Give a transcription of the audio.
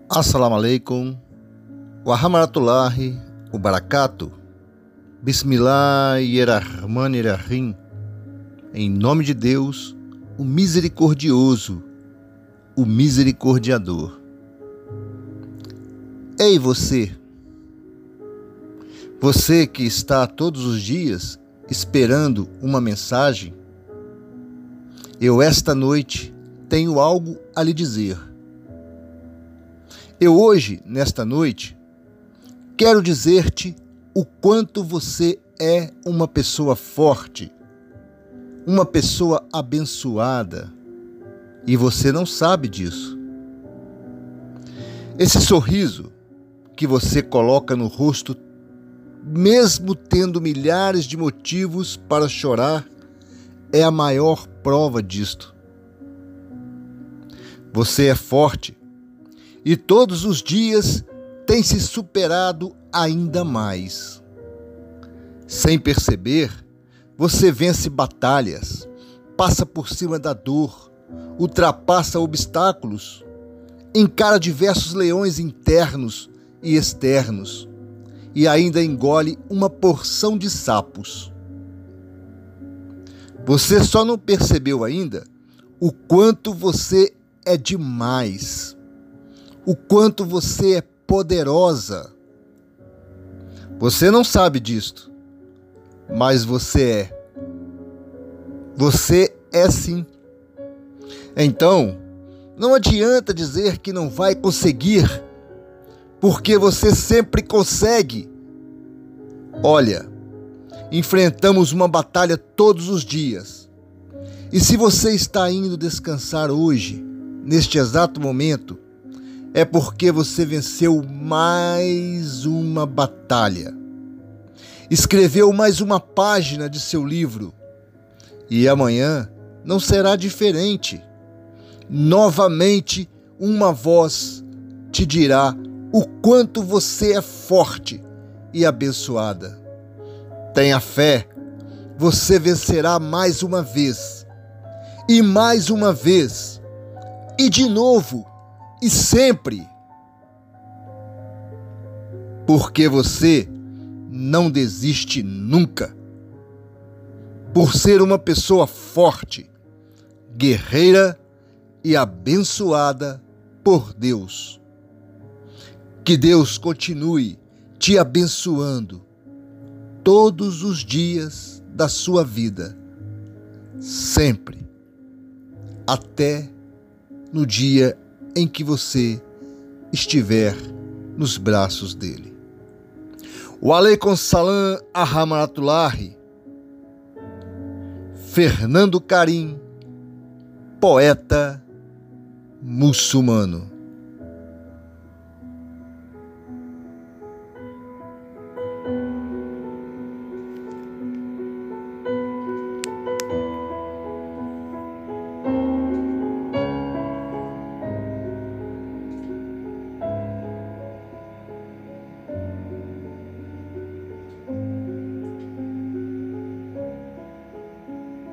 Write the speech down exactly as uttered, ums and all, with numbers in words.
Assalamu alaikum, wa rahmatullahi wa barakatuh, Bismillahirrahmanirrahim. Em nome de Deus, o misericordioso, o misericordiador. Ei você, você que está todos os dias esperando uma mensagem, eu esta noite tenho algo a lhe dizer. Eu hoje, nesta noite, quero dizer-te o quanto você é uma pessoa forte, uma pessoa abençoada, e você não sabe disso. Esse sorriso que você coloca no rosto, mesmo tendo milhares de motivos para chorar, é a maior prova disto. Você é forte, e todos os dias tem se superado ainda mais. Sem perceber, você vence batalhas, passa por cima da dor, ultrapassa obstáculos, encara diversos leões internos e externos e ainda engole uma porção de sapos. Você só não percebeu ainda o quanto você é demais. O quanto você é poderosa. Você não sabe disto, mas você é. Você é sim. Então, não adianta dizer que não vai conseguir, porque você sempre consegue. Olha, enfrentamos uma batalha todos os dias. E se você está indo descansar hoje, neste exato momento, é porque você venceu mais uma batalha. Escreveu mais uma página de seu livro. E amanhã não será diferente. Novamente, uma voz te dirá o quanto você é forte e abençoada. Tenha fé, você vencerá mais uma vez. E mais uma vez. E de novo. E sempre, porque você não desiste nunca, por ser uma pessoa forte, guerreira e abençoada por Deus. Que Deus continue te abençoando todos os dias da sua vida, sempre, até no dia em que você estiver nos braços dele. Wa alaikum salam arrahmatullahi. Fernando Karim, poeta muçulmano.